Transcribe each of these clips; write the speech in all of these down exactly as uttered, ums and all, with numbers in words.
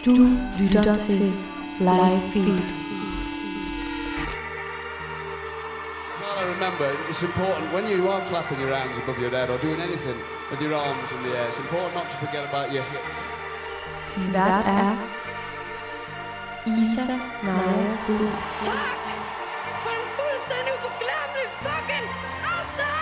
Du lytter til Live Feed. Well, I remember, it's important when you are clapping your hands above your head or doing anything with your arms in the air, it's important not to forget about your hips. Din vært er Isa Naja Buhl. Tak for en fuldstændig uforglemmelig fucking aften!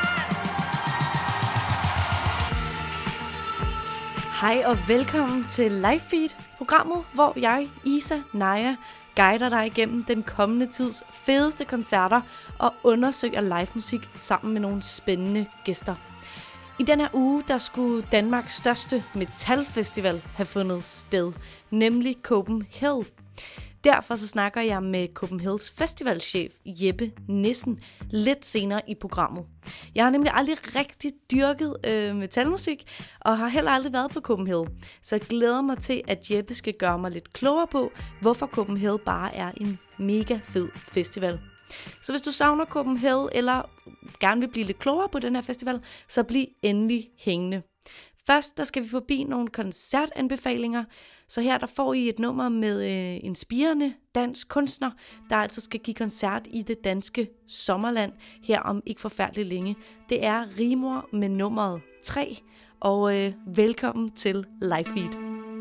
Hej og velkommen til Live Feed, programmet, hvor jeg, Isa Naja, guider dig igennem den kommende tids fedeste koncerter og undersøger live musik sammen med nogle spændende gæster. I den her uge, der skulle Danmarks største metalfestival have fundet sted, nemlig Copenhagen. Derfor så snakker jeg med Copenhagens festivalchef Jeppe Nissen lidt senere i programmet. Jeg har nemlig aldrig rigtig dyrket øh, metalmusik, og har heller aldrig været på Copenhagen. Så jeg glæder mig til, at Jeppe skal gøre mig lidt klogere på, hvorfor Copenhagen bare er en mega fed festival. Så hvis du savner Copenhagen, eller gerne vil blive lidt klogere på den her festival, så bliv endelig hængende. Først der skal vi forbi nogle koncertanbefalinger, så her der får I et nummer med øh, en spirende dansk kunstner, der altså skal give koncert i det danske sommerland her om ikke forfærdeligt længe. Det er Rimor med nummeret tre, og øh, velkommen til Live Feed.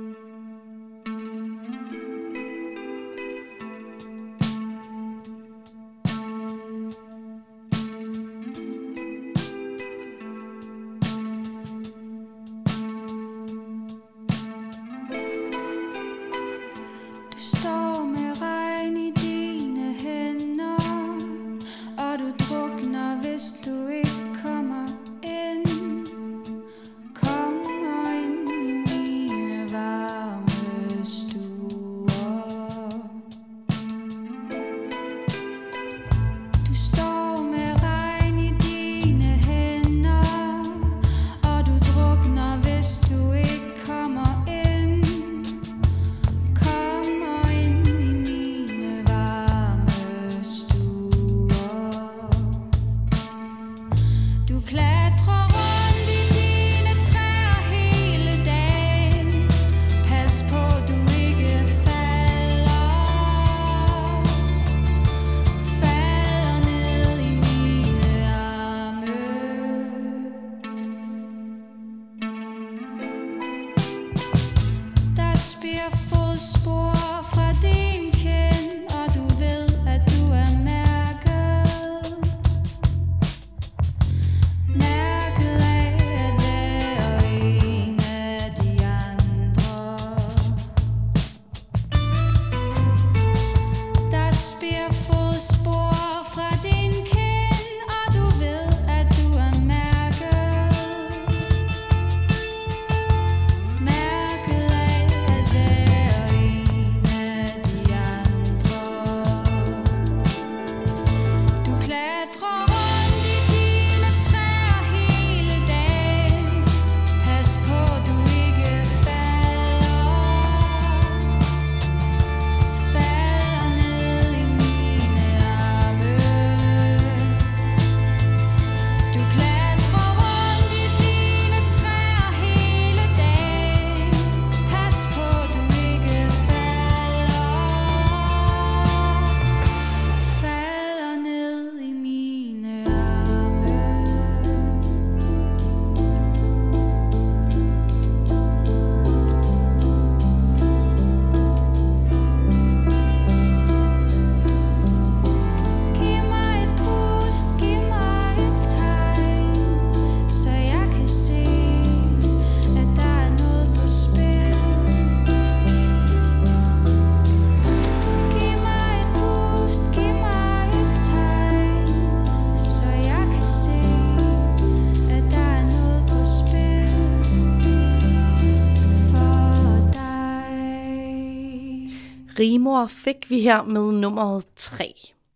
Rimor fik vi her med nummeret tre.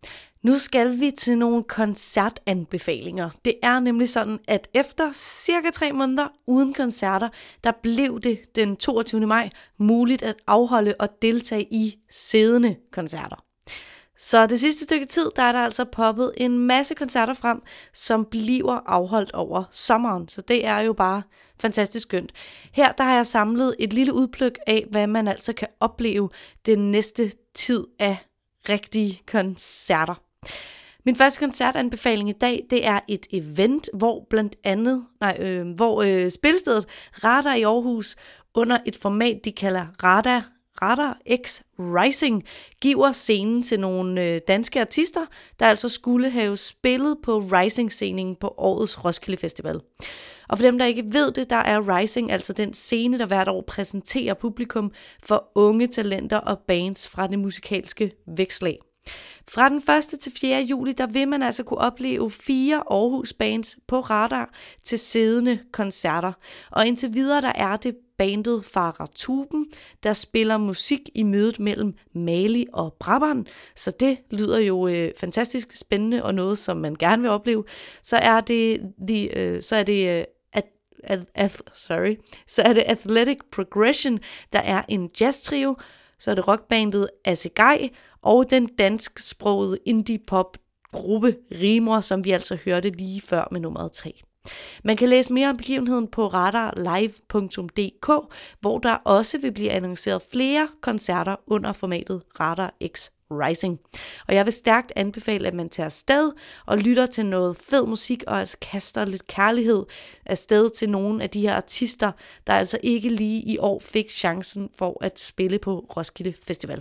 Nu skal vi til nogle koncertanbefalinger. Det er nemlig sådan, at efter cirka tre måneder uden koncerter, der blev det den toogtyvende maj muligt at afholde og deltage i siddende koncerter. Så det sidste stykke tid, der er der altså poppet en masse koncerter frem, som bliver afholdt over sommeren. Så det er jo bare fantastisk skønt. Her der har jeg samlet et lille udpluk af, hvad man altså kan opleve den næste tid af rigtige koncerter. Min første koncertanbefaling i dag, det er et event, hvor blandt andet, nej, øh, hvor øh, spilstedet Radar i Aarhus under et format, de kalder Radar, Radar X Rising, giver scenen til nogle øh, danske artister, der altså skulle have spillet på Rising-scenen på årets Roskilde Festival. Og for dem, der ikke ved det, der er Rising altså den scene, der hvert år præsenterer publikum for unge talenter og bands fra det musikalske vækslag. Fra den første til fjerde juli, der vil man altså kunne opleve fire Aarhus bands på Radar til siddende koncerter. Og indtil videre, der er det bandet Farah Tuben, der spiller musik i mødet mellem Mali og Brabrand. Så det lyder jo øh, fantastisk spændende og noget, som man gerne vil opleve. Så er det, the, øh, så er det øh, at, at, at, sorry, så er det Athletic Progression, der er en jazztrio. Så er det rockbandet Assegai og den dansksprogede indie-pop-gruppe Rimor, som vi altså hørte lige før med nummeret tre. Man kan læse mere om begivenheden på radarlive punktum d k, hvor der også vil blive annonceret flere koncerter under formatet Radar X Rising. Og jeg vil stærkt anbefale, at man tager afsted og lytter til noget fed musik, og altså kaster lidt kærlighed afsted til nogle af de her artister, der altså ikke lige i år fik chancen for at spille på Roskilde Festival.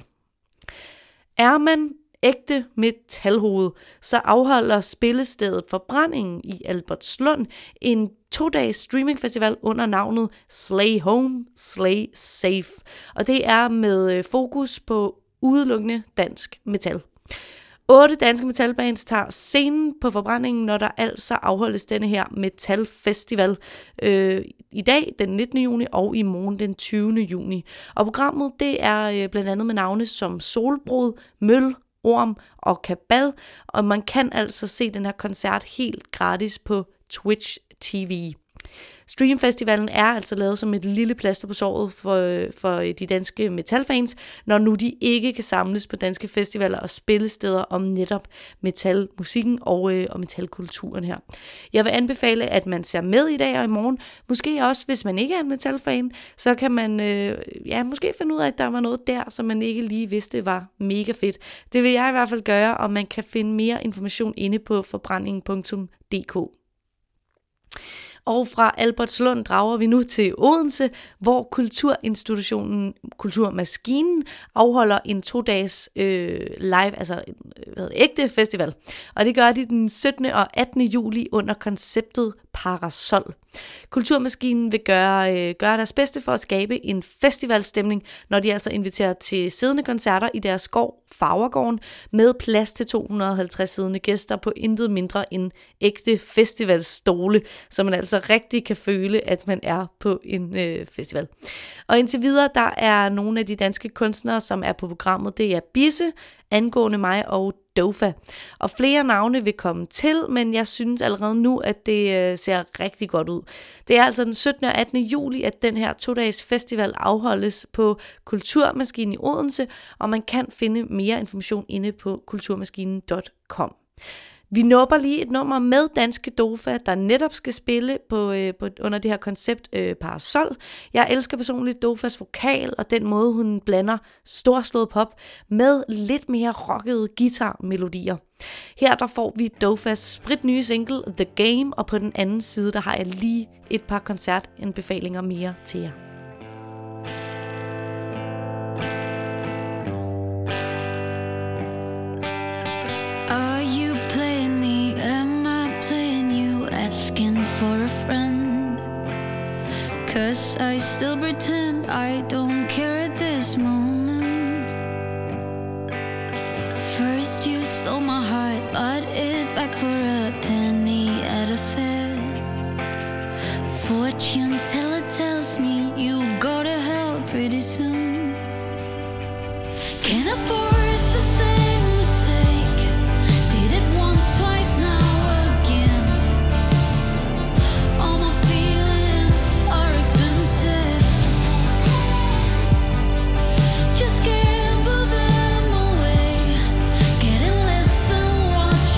Er man ægte metalhoved, så afholder spillestedet Forbrændingen i Albertslund en to-dages streamingfestival under navnet Slay Home, Slay Safe. Og det er med fokus på udelukkende dansk metal. Otte danske metalbands tager scenen på Forbrændingen, når der altså afholdes denne her metalfestival øh, i dag den nittende juni og i morgen den tyvende juni. Og programmet det er øh, blandt andet med navne som Solbrud, Møl, Orm og Kabal, og man kan altså se den her koncert helt gratis på Twitch T V. Streamfestivalen er altså lavet som et lille plaster på såret for, for de danske metalfans, når nu de ikke kan samles på danske festivaler og spillesteder om netop metalmusikken og, øh, og metalkulturen her. Jeg vil anbefale, at man ser med i dag og i morgen. Måske også, hvis man ikke er en metalfan, så kan man øh, ja, måske finde ud af, at der var noget der, som man ikke lige vidste var mega fedt. Det vil jeg i hvert fald gøre, og man kan finde mere information inde på forbrændingen punktum d k. Og fra Albertslund drager vi nu til Odense, hvor kulturinstitutionen Kulturmaskinen afholder en to-dages øh, live, altså hvad, ægte festival. Og det gør de den syttende og attende juli under konceptet Parasol. Kulturmaskinen vil gøre, øh, gøre deres bedste for at skabe en festivalstemning, når de altså inviterer til siddende koncerter i deres skov, Farvergården, med plads til to hundrede og halvtreds siddende gæster på intet mindre end ægte festivalstole, så man altså rigtig kan føle, at man er på en øh, festival. Og indtil videre, der er nogle af de danske kunstnere, som er på programmet, det er Bisse, Angående mig og Dofa. Og flere navne vil komme til, men jeg synes allerede nu, at det øh, ser rigtig godt ud. Det er altså den syttende og attende juli, at den her to-dages festival afholdes på Kulturmaskinen i Odense, og man kan finde mere information inde på kulturmaskinen punktum com. Vi nupper lige et nummer med danske Dofa, der netop skal spille på, øh, på, under det her koncept øh, Parasol. Jeg elsker personligt Dofas vokal og den måde, hun blander storslået pop med lidt mere rockede guitarmelodier. Her der får vi Dofas spritnye single The Game, og på den anden side, der har jeg lige et par koncertanbefalinger mere til jer. Are you playing me? Am I playing you? Asking for a friend? 'Cause I still pretend I don't care at this moment. First you stole my heart, bought it back for a penny at a fair. Fortune teller tells me you go to hell pretty soon. Can't afford the same mistake. Did it once, twice, now again. All my feelings are expensive. Just gamble them away. Getting less than what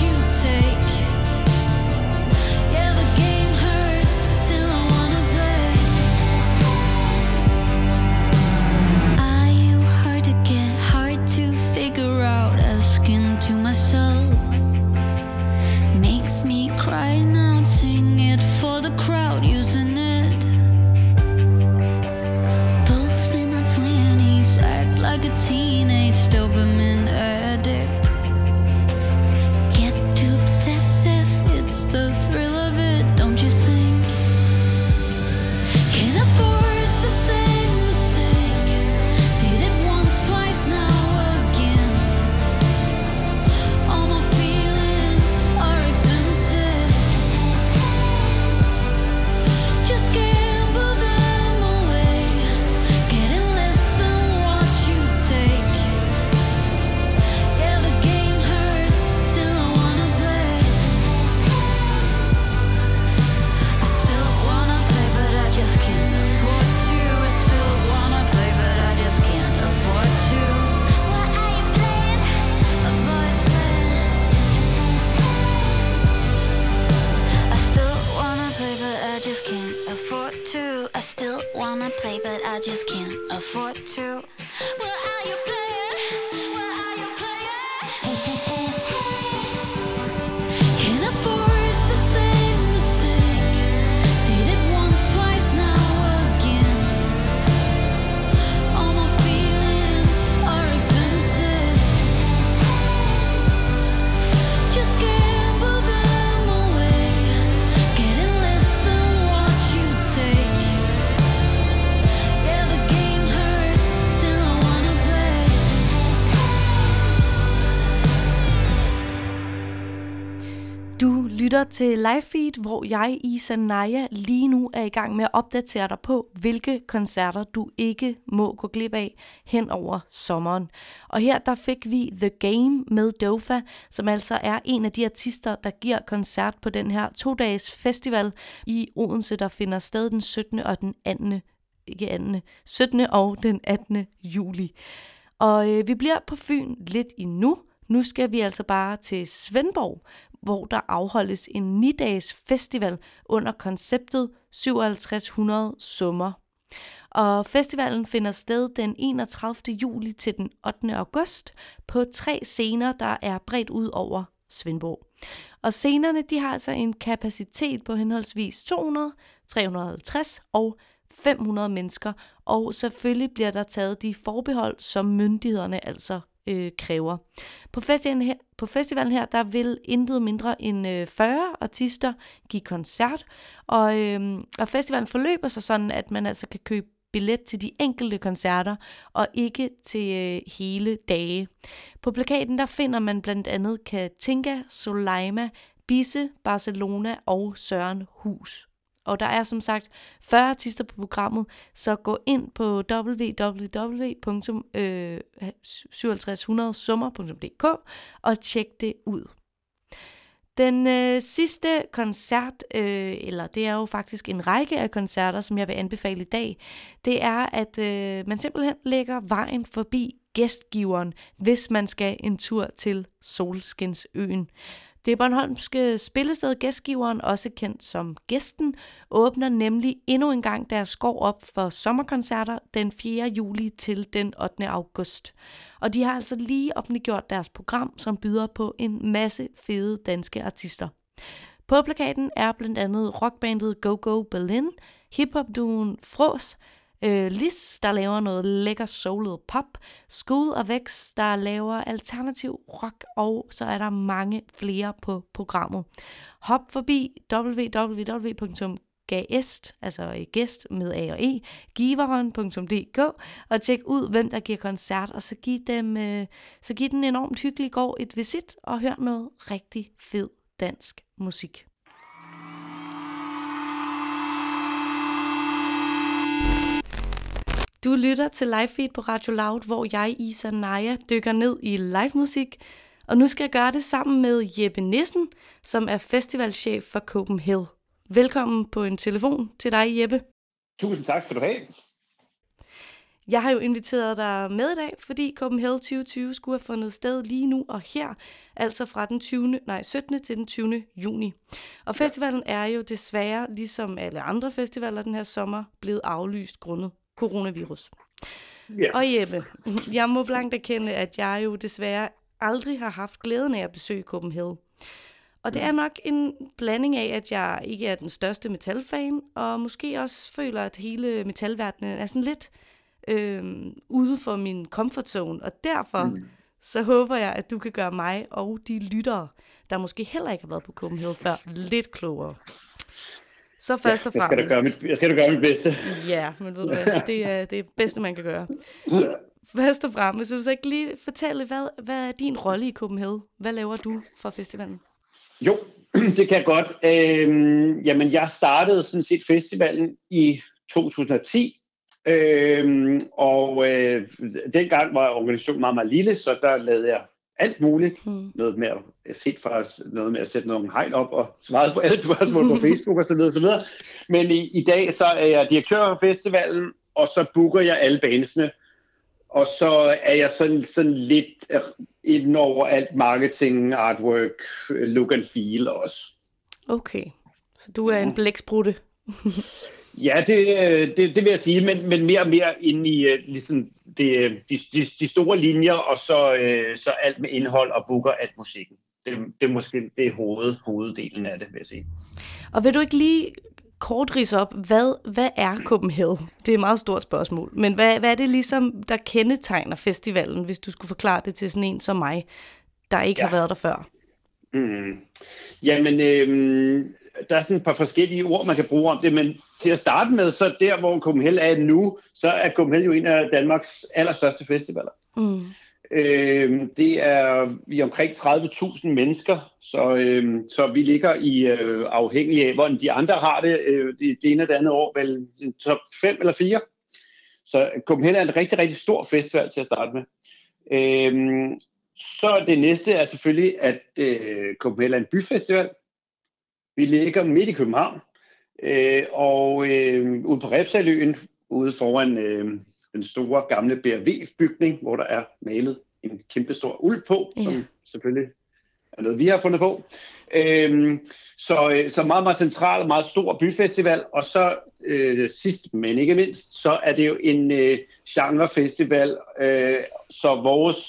I just can't afford to. Well, are you playing? Well, are you playing? Hey, hey, hey, hey. Can't afford the same mistake. Did it once, twice, now again. All my feelings are expensive. Just gamble them away. Getting less than what you take. Yeah, the game hurts, still I wanna play. Du lytter til Live Feed, hvor jeg, Isa Naja, lige nu er i gang med at opdatere dig på, hvilke koncerter du ikke må gå glip af hen over sommeren. Og her der fik vi The Game med Dofa, som altså er en af de artister, der giver koncert på den her to-dages festival i Odense, der finder sted den syttende og den attende ikke attende, syttende og den attende juli. Og øh, vi bliver på Fyn lidt endnu. Nu skal vi altså bare til Svendborg, hvor der afholdes en ni-dages festival under konceptet syvoghalvtreds hundrede Summer. Og festivalen finder sted den enogtredivte juli til den ottende august på tre scener, der er bredt ud over Svendborg. Og scenerne de har altså en kapacitet på henholdsvis to hundrede, tre hundrede og halvtreds og fem hundrede mennesker, og selvfølgelig bliver der taget de forbehold, som myndighederne altså øh, kræver. På festivalen her, på festivalen her, der vil intet mindre end øh, fyrre artister give koncert, og, øh, og festivalen forløber sig sådan, at man altså kan købe billet til de enkelte koncerter, og ikke til øh, hele dage. På plakaten der finder man blandt andet Katinka, Soleima, Bisse, Barcelona og Søren Hus. Og der er som sagt fyrre artister på programmet, så gå ind på w w w punktum syvoghalvtreds hundrede summer punktum d k og tjek det ud. Den øh, sidste koncert, øh, eller det er jo faktisk en række af koncerter, som jeg vil anbefale i dag, det er, at øh, man simpelthen lægger vejen forbi gæstgiveren, hvis man skal en tur til Solskinsøen. Det bornholmske spillested Gæstgiveren, også kendt som Gæsten, åbner nemlig endnu en gang deres skov op for sommerkoncerter den fjerde juli til den ottende august. Og de har altså lige offentliggjort deres program, som byder på en masse fede danske artister. På plakaten er blandt andet rockbandet Go Go Berlin, hiphop-duoen Frås, Øh, Lis, der laver noget lækker soulet pop, School of X, der laver alternativ rock, og så er der mange flere på programmet. Hop forbi w w w punktum gæst, altså gæst med A og E, giveren punktum d k, og tjek ud, hvem der giver koncert, og så giv dem, øh, så giv den enormt hyggelige gård et visit, og hør noget rigtig fed dansk musik. Du lytter til Live Feed på Radio Loud, hvor jeg, Isa Naja, dykker ned i live musik. Og nu skal jeg gøre det sammen med Jeppe Nissen, som er festivalchef for Copenhagen. Velkommen på en telefon til dig, Jeppe. Tusind tak skal du have. Jeg har jo inviteret dig med i dag, fordi Copenhagen tyve tyve skulle have fundet sted lige nu og her, altså fra den tyvende, nej, syttende til den tyvende juni. Og festivalen er jo desværre, ligesom alle andre festivaler den her sommer, blevet aflyst grundet coronavirus. Yeah. Og Jeppe, jeg må blankt erkende, at jeg jo desværre aldrig har haft glæden af at besøge Copenhagen. Og det er nok en blanding af, at jeg ikke er den største metalfan, og måske også føler, at hele metalverdenen er sådan lidt øh, ude for min comfort zone. Og derfor mm. så håber jeg, at du kan gøre mig og de lyttere, der måske heller ikke har været på Copenhagen før, lidt klogere. Så først og fremmest... Jeg skal da gøre mit, jeg skal da gøre mit bedste. Ja, men ved du hvad, det er det bedste, man kan gøre. Først og fremmest, så vil jeg ikke lige fortælle, hvad, hvad er din rolle i Copenhagen? Hvad laver du for festivalen? Jo, det kan jeg godt. Øhm, jamen, jeg startede sådan set festivalen i to tusind og ti, øhm, og øh, dengang var organisationen meget, meget lille, så der lavede jeg alt muligt. Hmm. Noget med at set faktisk noget med at sætte nogle hegn op og svare på alle spørgsmål på Facebook og så videre, så videre. Men i, i dag så er jeg direktør af festivalen, og så booker jeg alle bandsene. Og så er jeg sådan, sådan lidt inden over alt marketing, artwork, look and feel også. Okay, så du er en blæksprutte. Ja, det, det, det vil jeg sige, men, men mere og mere ind i uh, ligesom det, de, de, de store linjer, og så, uh, så alt med indhold og booker alt musikken. Det, det er måske det er hoved, hoveddelen af det, vil jeg sige. Og vil du ikke lige kort ridse op, hvad, hvad er Copenhagen? Det er et meget stort spørgsmål, men hvad, hvad er det ligesom, der kendetegner festivalen, hvis du skulle forklare det til sådan en som mig, der ikke ja. har været der før? Mm. Jamen, øhm, der er sådan et par forskellige ord, man kan bruge om det, men til at starte med, så der, hvor Copenhagen er nu, så er Copenhagen jo en af Danmarks allerstørste festivaler. Mm. Øhm, det er vi er omkring tredive tusind mennesker, så, øhm, så vi ligger i øh, afhængig af, hvordan de andre har det, øh, det, det ene og det andet år, vel top fem eller fire. Så Copenhagen er en rigtig, rigtig stor festival til at starte med. Øhm, Så det næste er selvfølgelig, at øh, Copenhagen er en byfestival. Vi ligger midt i København, øh, og øh, ude på Refshaleøen, ude foran øh, den store gamle B og V-bygning, hvor der er malet en kæmpe stor uld på, ja. Som selvfølgelig er noget, vi har fundet på. Øh, så, så meget, meget central og meget stor byfestival, og så øh, sidst, men ikke mindst, så er det jo en øh, genrefestival, øh, så vores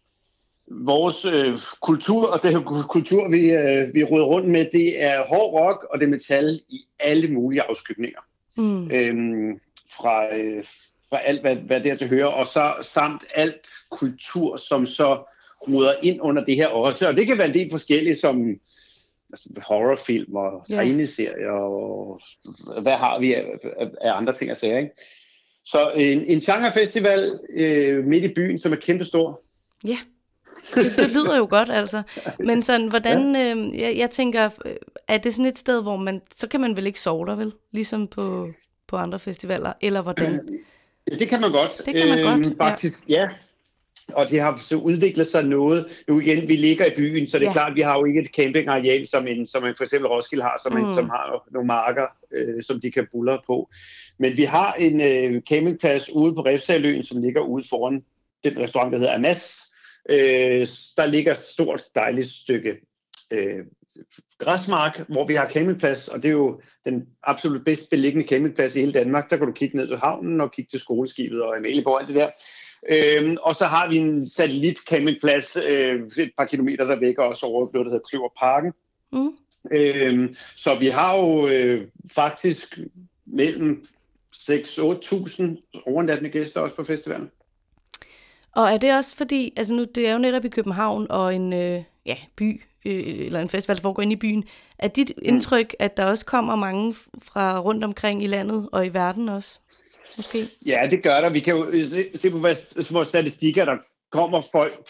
Vores øh, kultur, og det kultur, vi, øh, vi råder rundt med, det er hård rock, og det er metal i alle mulige afskygninger. Mm. Øhm, fra, øh, fra alt, hvad, hvad det er til høre, og så samt alt kultur, som så ruder ind under det her også. Og det kan være en del forskellige, som altså, horrorfilm og yeah. tegneserier, og hvad har vi af, af, af andre ting at sige, ikke? Så en, en genrefestival øh, midt i byen, som er kæmpestor. Ja. Yeah. Det, det lyder jo godt, altså. Men sådan, hvordan, ja. øh, jeg, jeg tænker, er det sådan et sted, hvor man, så kan man vel ikke sove der, vel? Ligesom på, på andre festivaler, eller hvordan? Ja, det kan man godt. Det kan man øh, godt, faktisk, ja. ja. Og det har så udviklet sig noget. Nu igen, vi ligger i byen, så det er ja. klart, vi har jo ikke et campingareal, som, en, som en, for eksempel Roskilde har, som, mm. en, som har nogle marker, øh, som de kan buldre på. Men vi har en øh, campingplads ude på Refshaleøen, som ligger ude foran den restaurant, der hedder Amas. Øh, der ligger et stort, dejligt stykke øh, græsmark, hvor vi har campingplads, og det er jo den absolut bedst beliggende campingplads i hele Danmark. Der kan du kigge ned til havnen og kigge til skoleskibet og Amalieborg og alt det der. Øh, og så har vi en satellit campingplads øh, et par kilometer der væk, også over noget, der hedder Kløverparken. Mm. Øh, så vi har jo øh, faktisk mellem seks til otte tusind overnattende gæster også på festivalen. Og er det også fordi, altså nu, det er jo netop i København og en øh, ja, by, øh, eller en festival, der foregår inde i byen, er dit indtryk, at der også kommer mange fra rundt omkring i landet og i verden også, måske? Ja, det gør der. Vi kan jo se, se på vores statistikker, der kommer folk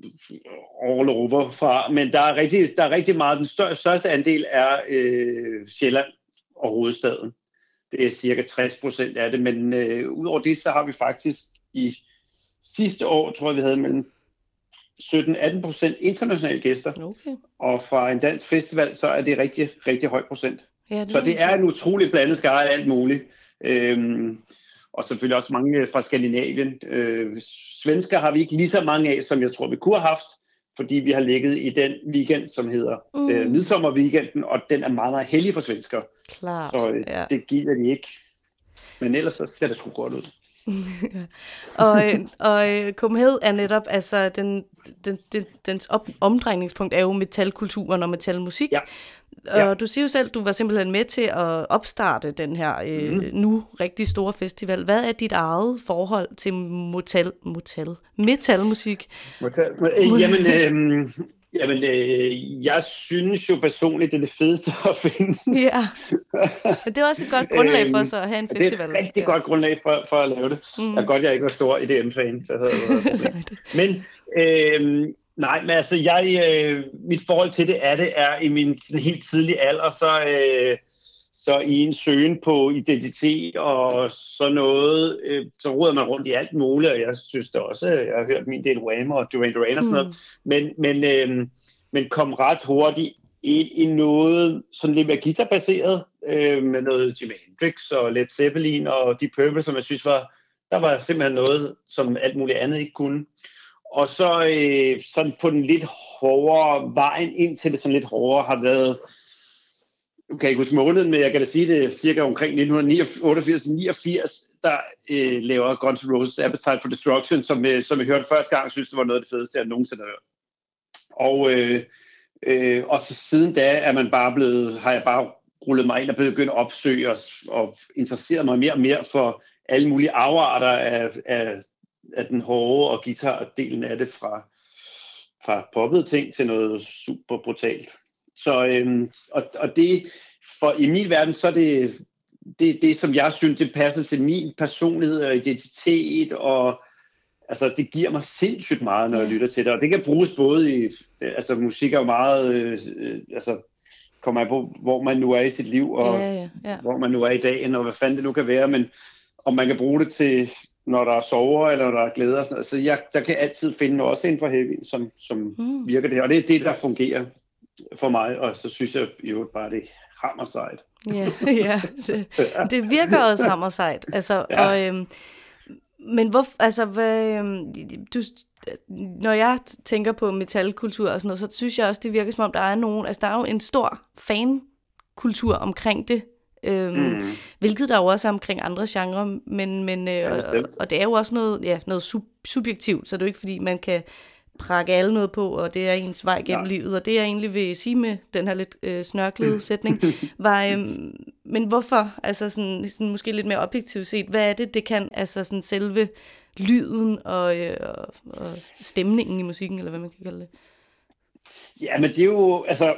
all over fra, men der er rigtig, der er rigtig meget, den stør, største andel er øh, Sjælland og hovedstaden. Det er cirka tres procent af det, men øh, udover det, så har vi faktisk i sidste år, tror jeg, vi havde mellem sytten til atten procent internationale gæster. Okay. Og fra en dansk festival, så er det rigtig, rigtig høj procent. Ja, det så det er en utrolig blandet skare af alt muligt. Øhm, og selvfølgelig også mange fra Skandinavien. Øh, svensker har vi ikke lige så mange af, som jeg tror, vi kunne have haft, fordi vi har ligget i den weekend, som hedder mm. øh, midsommerweekenden, og den er meget, meget hellig for svensker. Klart, så øh, ja. det gider de ikke. Men ellers så ser det sgu godt ud. og og Copenhagen er netop, altså den, den, den, dens op, omdrejningspunkt er jo metalkulturen og metalmusik. Ja. Ja. Og du siger jo selv, du var simpelthen med til at opstarte den her øh, mm. nu rigtig store festival. Hvad er dit eget forhold til motel, motel, metalmusik? Motel, øh, jamen, øh, jamen øh, jeg synes jo personligt, det er det fedeste at finde. Ja, men det er også et godt grundlag for så at have en festival. Det er et rigtig ja. godt grundlag for, for at lave det. Mm. Jeg er godt, jeg ikke var stor E D M-fan. Så men øh, nej, men altså, jeg, øh, mit forhold til det er det er i min sådan helt tidlige alder, så, øh, så i en søgen på identitet og sådan noget, øh, så roder man rundt i alt muligt, og jeg synes det også, jeg har hørt min del Wham og Duran Duran og sådan noget, mm. men, men, øh, men kom ret hurtigt ind i noget sådan lidt mere guitarbaseret, øh, med noget Jimi Hendrix og Led Zeppelin og Deep Purple, som jeg synes var, der var simpelthen noget, som alt muligt andet ikke kunne. Og så øh, sådan på den lidt hårdere vejen ind til det sådan lidt hårdere har været kan jeg ikke huske måneden, men jeg kan da sige det cirka omkring nitten otteogfirs til niogfirs, der øh, laver Guns N' Roses Appetite for Destruction, som, øh, som jeg hørte første gang, synes det var noget af det fedeste, jeg nogensinde har hørt. Og, øh, øh, og så siden da er man bare blevet, har jeg bare rullet mig ind og begyndt at opsøge og, og interesseret mig mere og mere for alle mulige afarter af, af, af den hårde og guitardelen af det, fra, fra poppede ting til noget super brutalt. Så øhm, og, og det, for i min verden, så er det det, det, som jeg synes, det passer til min personlighed og identitet, og altså, det giver mig sindssygt meget, når jeg lytter til det, og det kan bruges både i, altså musik er jo meget, øh, altså kommer jeg på, hvor man nu er i sit liv, og ja, ja, ja. hvor man nu er i dagen, og hvad fanden det nu kan være, men om man kan bruge det til, når der er sorger, eller når der er glæder, og sådan noget. Så jeg, der kan altid finde også inden for heavy, som, som mm. virker det her, og det er det, der fungerer for mig, og så synes jeg jo bare, det er hammersejt. Ja, ja. Det, det virker også hammersejt. Altså, ja. og, øhm, men hvor, altså, hvad, øhm, du, når jeg tænker på metalkultur og sådan noget, så synes jeg også, det virker som om, der er nogen, altså der er jo en stor fankultur omkring det, øhm, mm. hvilket der jo også er omkring andre genrer, men, men øh, ja, og, og det er jo også noget, ja, noget sub, subjektivt, så det er jo ikke fordi, man kan prakke alle noget på, og det er ens vej gennem ja. livet, og det jeg egentlig vil sige med den her lidt øh, snørklede sætning, var, øhm, men hvorfor, altså sådan, sådan måske lidt mere objektivt set, hvad er det, det kan, altså sådan selve lyden og, øh, og, og stemningen i musikken, eller hvad man kan kalde det? Ja, men det er jo, altså,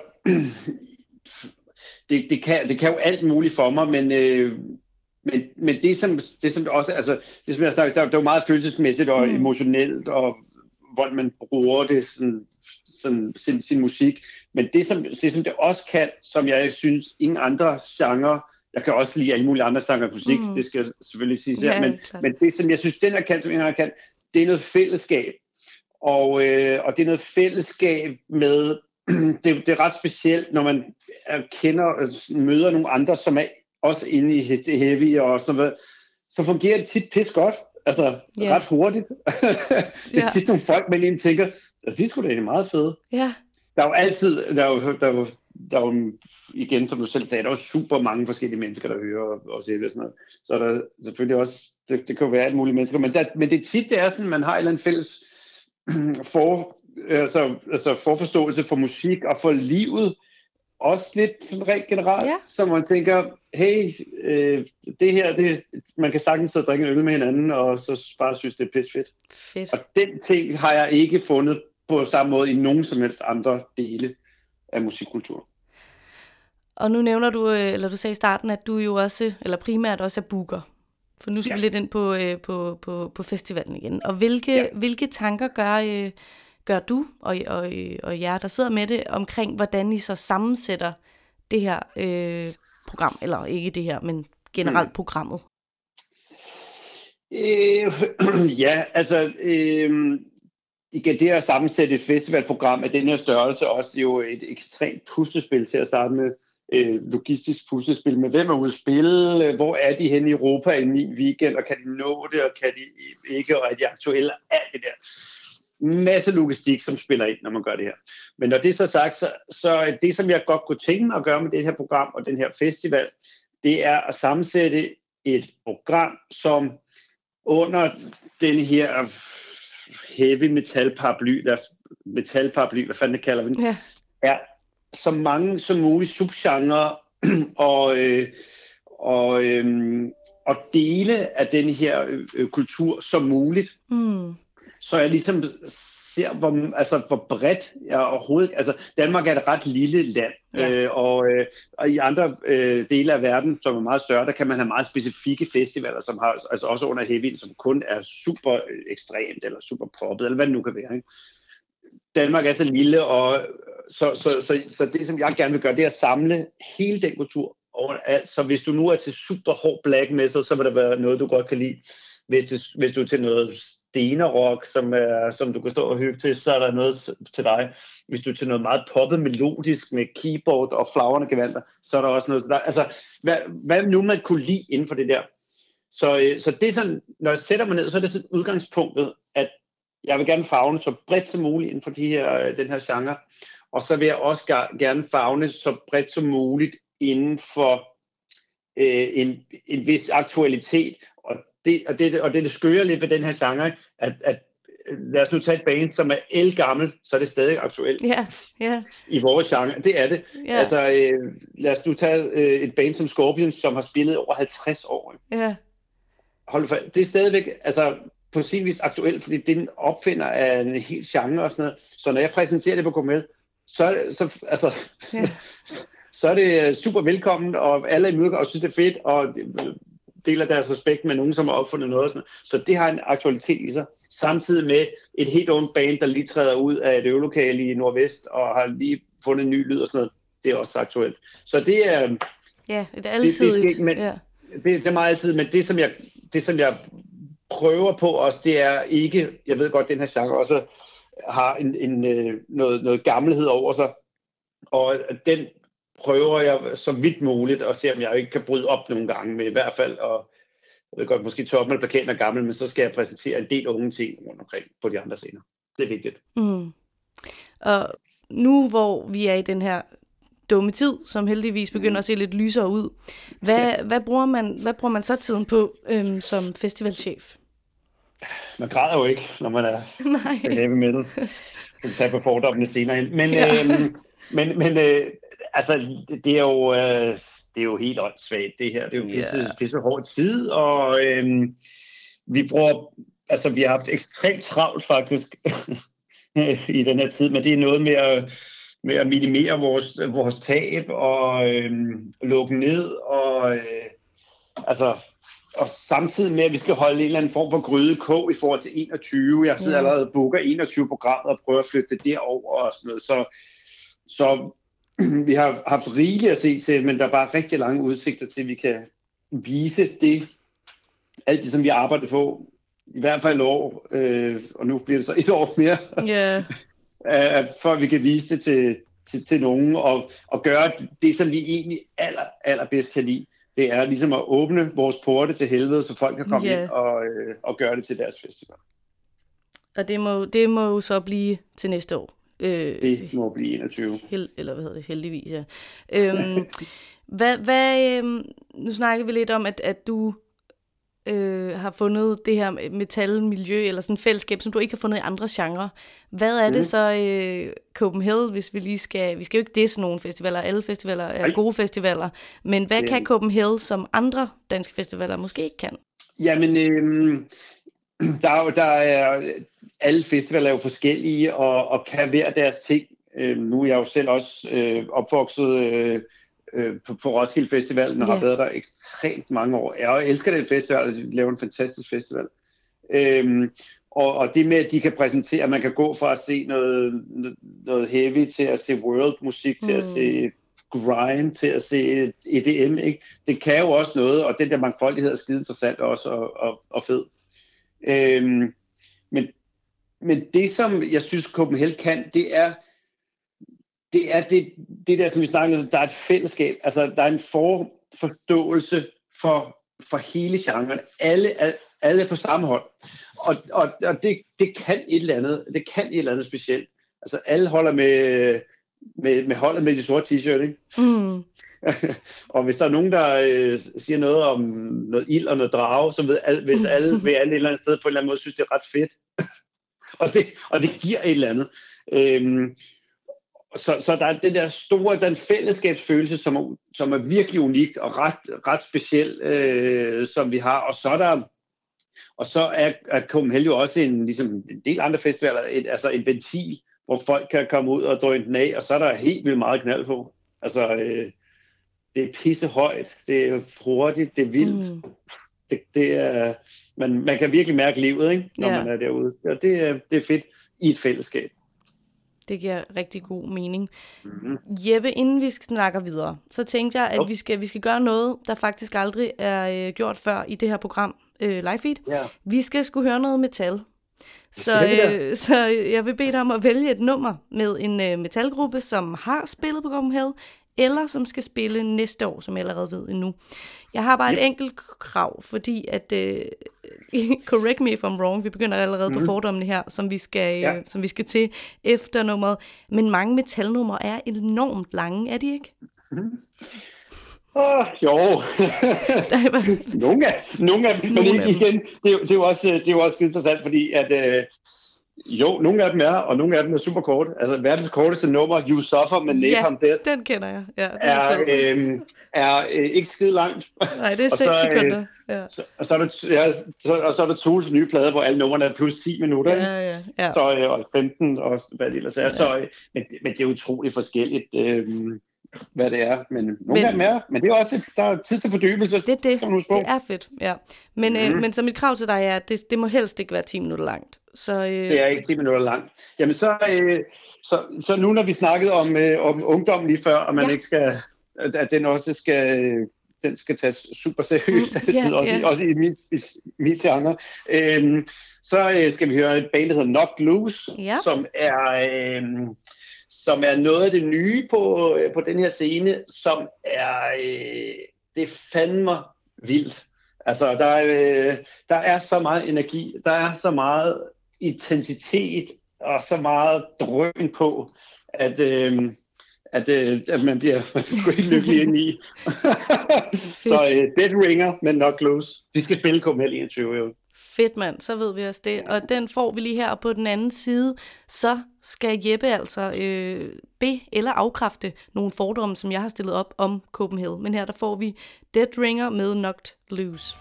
det, det, kan, det kan jo alt muligt for mig, men, øh, men, men det, som, det som også, altså, det som jeg snakker, der, der er jo meget følelsesmæssigt og mm. emotionelt, og hvordan man bruger det, sådan, sådan, sin, sin musik. Men det som, det, som det også kan, som jeg synes, ingen andre genre, jeg kan også lide alle mulige andre genre musik, mm. det skal jeg selvfølgelig sige her, ja, men, men det, som jeg synes, den her kan, som ingen andre kan, det er noget fællesskab. Og, øh, og det er noget fællesskab med, det, det er ret specielt, når man kender, møder nogle andre, som er også inde i heavy og sådan noget, så fungerer det tit pis godt. Altså, yeah. ret hurtigt. det er tit nogle folk, man egentlig tænker, at de skulle da egentlig meget fede. Yeah. Der er jo altid, der er jo, der er jo, der er jo, igen, som du selv sagde, der er jo super mange forskellige mennesker, der hører og, og ser det sådan noget. Så er der selvfølgelig også, det, det kan jo være alt mulige mennesker, men, der, men det er tit, det er sådan, man har en eller anden fælles for, altså, altså forforståelse for musik og for livet, også lidt sådan rent generelt, ja. Så man tænker, hey, øh, det her, det, man kan sagtens sidde og drikke en øl med hinanden, og så bare synes, det er pisse fedt. Fedt. Og den ting har jeg ikke fundet på samme måde i nogen som helst andre dele af musikkultur. Og nu nævner du, eller du sagde i starten, at du jo også, eller primært også er booker. For nu skal ja. vi lidt ind på, på, på, på festivalen igen. Og hvilke, ja. hvilke tanker gør... gør du og, og, og jer, der sidder med det, omkring, hvordan I så sammensætter det her øh, program, eller ikke det her, men generelt mm. programmet? Øh, ja, altså, øh, igen, det at sammensætte et festivalprogram af den her størrelse, også det er jo et ekstremt puslespil til at starte med, øh, logistisk puslespil, med hvem er ude at spille, hvor er de henne i Europa i min weekend, og kan de nå det, og kan de ikke, og er de aktuelle, alt det der. Masse logistik, som spiller ind, når man gør det her. Men når det er så sagt, så, så det, som jeg godt kunne tænke mig at gøre med det her program og den her festival, det er at sammensætte et program, som under den her heavy metal paraply, deres metal paraply, hvad fanden det kalder vi, ja. er så mange som muligt subgenre og, øh, og, øh, og dele af den her øh, kultur som muligt. Mm. Så jeg ligesom ser, hvor, altså, hvor bredt jeg overhovedet... Altså, Danmark er et ret lille land, ja. øh, og, øh, og i andre øh, dele af verden, som er meget større, der kan man have meget specifikke festivaler, som har, altså også under heavy, som kun er super ekstremt, eller super poppet, eller hvad det nu kan være. Ikke? Danmark er så lille, og så, så, så, så det, som jeg gerne vil gøre, det er at samle hele den kultur overalt. Så hvis du nu er til super hård black metal, så vil der være noget, du godt kan lide. Hvis, det, hvis du er til noget stenerrock, som, er, som du kan stå og hygge til, så er der noget til dig. Hvis du er til noget meget poppet melodisk med keyboard og flagrende gevanter, så er der også noget til dig. Altså, hvad, hvad nu man kunne lide inden for det der? Så, så det er sådan, når jeg sætter mig ned, så er det sådan udgangspunktet, at jeg vil gerne favne så bredt som muligt inden for de her, den her genre, og så vil jeg også gerne favne så bredt som muligt inden for øh, en, en vis aktualitet. Og det, og, det, og det, det skører lidt ved den her genre, at, at lad os nu tage et band, som er ældgammelt, så er det stadig aktuelt. Ja, yeah, ja. Yeah. I vores genre, det er det. Yeah. Altså, øh, lad os nu tage øh, et band som Scorpions, som har spillet over halvtreds år. Ja. Yeah. Hold fast. Det er stadigvæk, altså på sin vis aktuelt, fordi det er en opfinder af en helt genre og sådan noget. Så når jeg præsenterer det på Copenhagen, så, så, altså, yeah. så er det super velkommen, og alle er imødekommende og synes, det er fedt, og deler deres respekt med nogen, som har opfundet noget og sådan noget. Så det har en aktualitet i sig. Samtidig med et helt ungt band, der lige træder ud af et øvelokale i Nordvest, og har lige fundet en ny lyd og sådan noget. Det er også aktuelt. Så det er... Ja, det er alsidigt. Det, det, sker, men, ja. det, det er meget altid, men det som, jeg, det, som jeg prøver på også, det er ikke... Jeg ved godt, at den her genre også har en, en, noget, noget gammelhed over sig. Og den prøver jeg så vidt muligt at se, om jeg ikke kan bryde op nogle gange med i hvert fald, og jeg ved godt, måske toppen af plakaten er gammel, men så skal jeg præsentere en del unge ting rundt omkring på de andre scener. Det er vigtigt. Mm. Og nu, hvor vi er i den her dumme tid, som heldigvis begynder mm. at se lidt lysere ud, hvad, ja. hvad, bruger, man, hvad bruger man så tiden på øhm, som festivalchef? Man græder jo ikke, når man er Nej. heavy metal. Jeg kan tage på fordommene senere hen. Men, ja. øhm, men, men øh, altså, det er jo... Øh, det er jo helt åndssvagt, det her. Det er jo pisse, yeah. pisse hård tid, og øhm, vi bruger, altså vi har haft ekstremt travlt faktisk i den her tid, men det er noget med at, med at minimere vores, vores tab og øhm, lukke ned, og øh, altså, og samtidig med, at vi skal holde en eller anden form for grydekog i forhold til enogtyve. Jeg sidder yeah. allerede og booker enogtyve programmer og prøver at flytte det derover og sådan noget, så, så vi har haft rigeligt at se til, men der er bare rigtig lange udsigter til, at vi kan vise det, alt det, som vi arbejder på, i hvert fald et år, øh, og nu bliver det så et år mere, yeah. øh, for at vi kan vise det til, til, til nogen, og, og gøre det, som vi egentlig aller, allerbedst kan lide. Det er ligesom at åbne vores porte til helvede, så folk kan komme yeah. ind og, øh, og gøre det til deres festival. Og det må, det må jo så blive til næste år. Øh, det må blive enogtyve. Held, eller hvad hedder det? Heldigvis, ja. Øhm, hvad, hvad, øhm, nu snakker vi lidt om, at, at du øh, har fundet det her metalmiljø, eller sådan et fællesskab, som du ikke har fundet i andre genrer. Hvad er mm. det så, øh, Copenhagen, hvis vi lige skal... Vi skal jo ikke disse nogle festivaler. Alle festivaler er Ej. gode festivaler. Men hvad ja. kan Copenhagen, som andre danske festivaler måske ikke kan? Jamen, øh, der, er jo, der er... Alle festivaler er jo forskellige og, og kan hver deres ting. Øh, nu er jeg jo selv også øh, opvokset øh, øh, på, på Roskilde Festivalen og yeah. har været der ekstremt mange år. Jeg elsker den festival, og de laver en fantastisk festival. Øh, og, og det med, at de kan præsentere, at man kan gå fra at se noget, noget heavy til at se world musik, mm. til at se grime, til at se E D M, ikke? Det kan jo også noget, og den der mangfoldighed er skide interessant også og, og, og fed. Øh, men Men det, som jeg synes, Copenhagen kan, det er, det er det, det der, som vi snakkede om, der er et fællesskab. Altså, der er en for, forståelse for, for hele genren. Alle er, alle er på samme hold. Og, og, og det, det kan et eller andet, det kan et eller andet specielt. Altså, alle holder med, med, med holdet med de sorte t-shirt, ikke? Mm. Og hvis der er nogen, der øh, siger noget om noget ild og noget drage, så ved alle, hvis alle ved alle et eller andet sted på en eller anden måde synes, det er ret fedt. Og det, og det giver et eller andet. Øhm, så, så der er den der store, den fællesskabsfølelse, som er, som er virkelig unikt og ret, ret speciel, øh, som vi har. Og så er der, og så er, er Copenhagen jo også en, ligesom en del andre festivaler, et, altså en ventil, hvor folk kan komme ud og drøne den af, og så er der helt vildt meget knald på. Altså, øh, det er pissehøjt, det er hurtigt, det er vildt. Mm. Det, det er, man, man kan virkelig mærke livet, ikke, når yeah. man er derude. Ja, det, er, det er fedt i et fællesskab. Det giver rigtig god mening. Mm-hmm. Jeppe, inden vi snakker videre, så tænkte jeg, at oh. vi, skal, vi skal gøre noget, der faktisk aldrig er øh, gjort før i det her program, øh, Livefeed. Yeah. Vi skal sgu høre noget metal. Så, øh, så jeg vil bede dig om at vælge et nummer med en øh, metalgruppe, som har spillet på Copenhagen, eller som skal spille næste år, som jeg allerede ved endnu. Jeg har bare et enkelt krav, fordi at, uh, correct me if I'm wrong, vi begynder allerede mm. på fordommene her, som vi, skal, ja. uh, som vi skal til efter nummeret. Men mange metalnumre er enormt lange, er de ikke? Mm. Oh, jo. nogle af, nogle af dem, men ikke igen. Det er, det, er jo også, det er jo også interessant, fordi at øh, jo, nogle af dem er, og nogle af dem er super korte. Altså verdens korteste nummer, You Suffer med Napalm ja, Death. den kender jeg. Ja, er øh, er øh, ikke skide langt. Nej, det er seks sekunder. Ja. Så, og, så er der, ja, så, og så er der Tools nye plade, hvor alle numrene er plus ti minutter. Ja, ja, ja. Så, øh, og femten, og hvad det ellers er. Ja. Så, øh, men, men det er utroligt forskelligt, øh, hvad det er. Men nogle men, af dem er. Men det er også, der er tid til fordybelse. Det er det. Det er fedt, ja. Men, mm. øh, men så mit krav til dig er, at det, det må helst ikke være ti minutter langt. Så, øh... Det er ikke ti minutter langt. Jamen så, øh, så, så nu når vi snakkede om, øh, om ungdom lige før, og man ja. ikke skal, at den også skal, den skal tages super seriøst, mm, yeah, også, yeah. også i min, i min genre, øh, så øh, skal vi høre et band, der hedder Knocked Loose, yeah. som er... Øh, som er noget af det nye på, på den her scene, som er, øh, det fandme vildt. Altså, der er, øh, der er så meget energi, der er så meget intensitet, og så meget drøn på, at, øh, at, øh, at man bliver sgu ikke lykkelig ind i. Så øh, Dead Ringer med Knocked Loose. De skal spille K M L enogtyve, jo. Fedt, mand, så ved vi også det. Og den får vi lige her på den anden side. Så skal Jeppe altså øh, be- eller afkræfte nogle fordomme, som jeg har stillet op om Copenhagen. Men her der får vi Dead Ringer med Knocked Loose.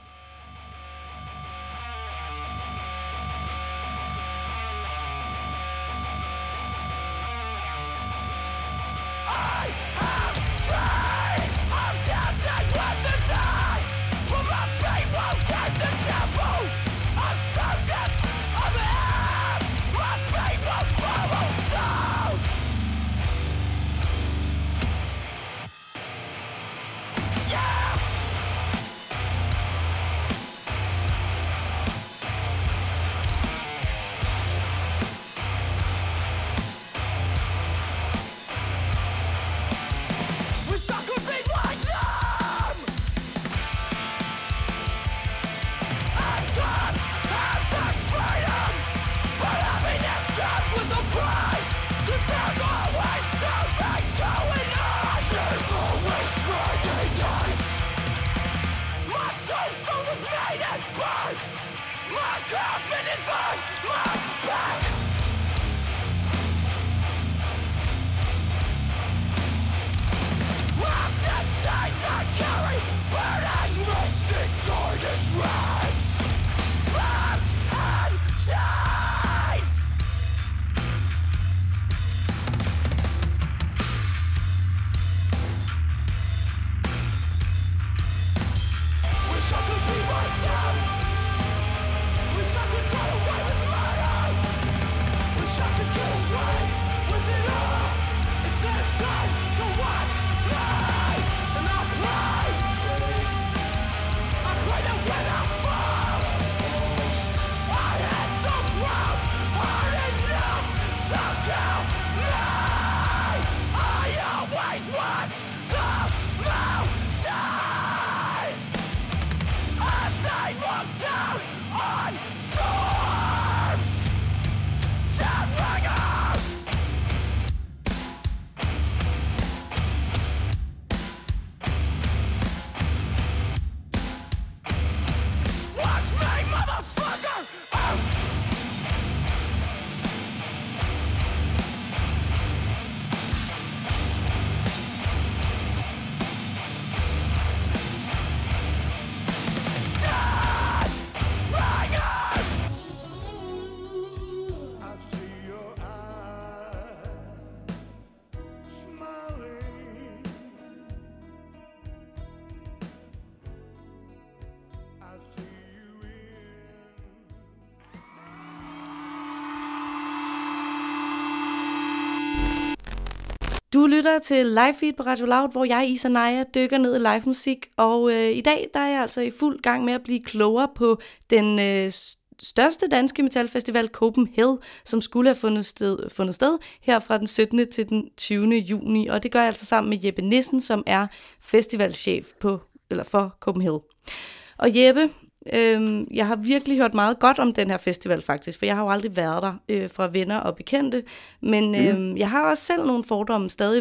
Du lytter til Live Feed på Radio Loud, hvor jeg, Isa Naja, dykker ned i live musik. Og øh, i dag der er jeg altså i fuld gang med at blive klogere på den øh, største danske metalfestival, Copenhagen, som skulle have fundet sted, fundet sted her fra den syttende til den tyvende juni. Og det gør jeg altså sammen med Jeppe Nissen, som er festivalchef på, eller for Copenhagen. Og Jeppe, Øhm, jeg har virkelig hørt meget godt om den her festival faktisk, for jeg har jo aldrig været der øh, fra venner og bekendte, men øhm, mm. jeg har også selv nogle fordomme stadigvæk.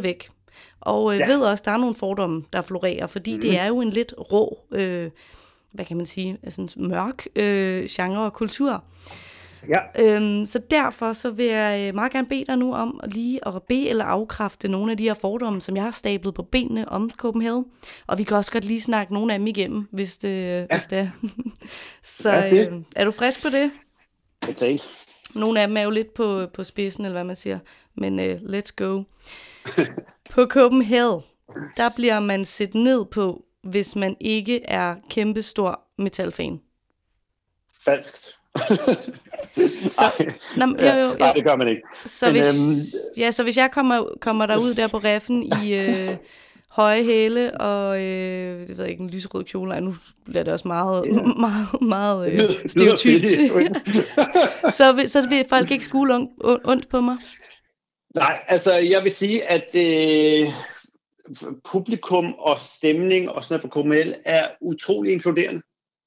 Og øh, Ja. ved også, der er nogle fordomme, der florerer, fordi mm. det er jo en lidt rå, øh, hvad kan man sige, altså en mørk øh, genre og kultur. Ja. Øhm, så derfor så vil jeg meget gerne bede dig nu om at lige at bede eller afkræfte nogle af de her fordomme, som jeg har stablet på benene om Copenhagen. Og vi kan også godt lige snakke nogle af dem igennem, hvis det, ja. hvis det er. Så Ja, det. øh, er du frisk på det? Okay. Nogle af dem er jo lidt på, på spidsen, eller hvad man siger. Men øh, let's go. På Copenhagen, der bliver man set ned på, hvis man ikke er kæmpestor metalfan. Falskt. Så, nå, jo, jo, jo. Nej, det gør man ikke. Så, Men, hvis, øhm, ja, så hvis jeg kommer, kommer derud der på reffen i øh, høje hæle og øh, jeg ved ikke, en lyserød kjole, ej, nu bliver det også meget, Ja. meget, meget øh, lyder- lyder stereotypt. fedt. så, vil, så vil folk ikke skule ondt, ondt på mig. Nej, altså jeg vil sige, at øh, publikum og stemning og sådan noget på K M L er utrolig inkluderende.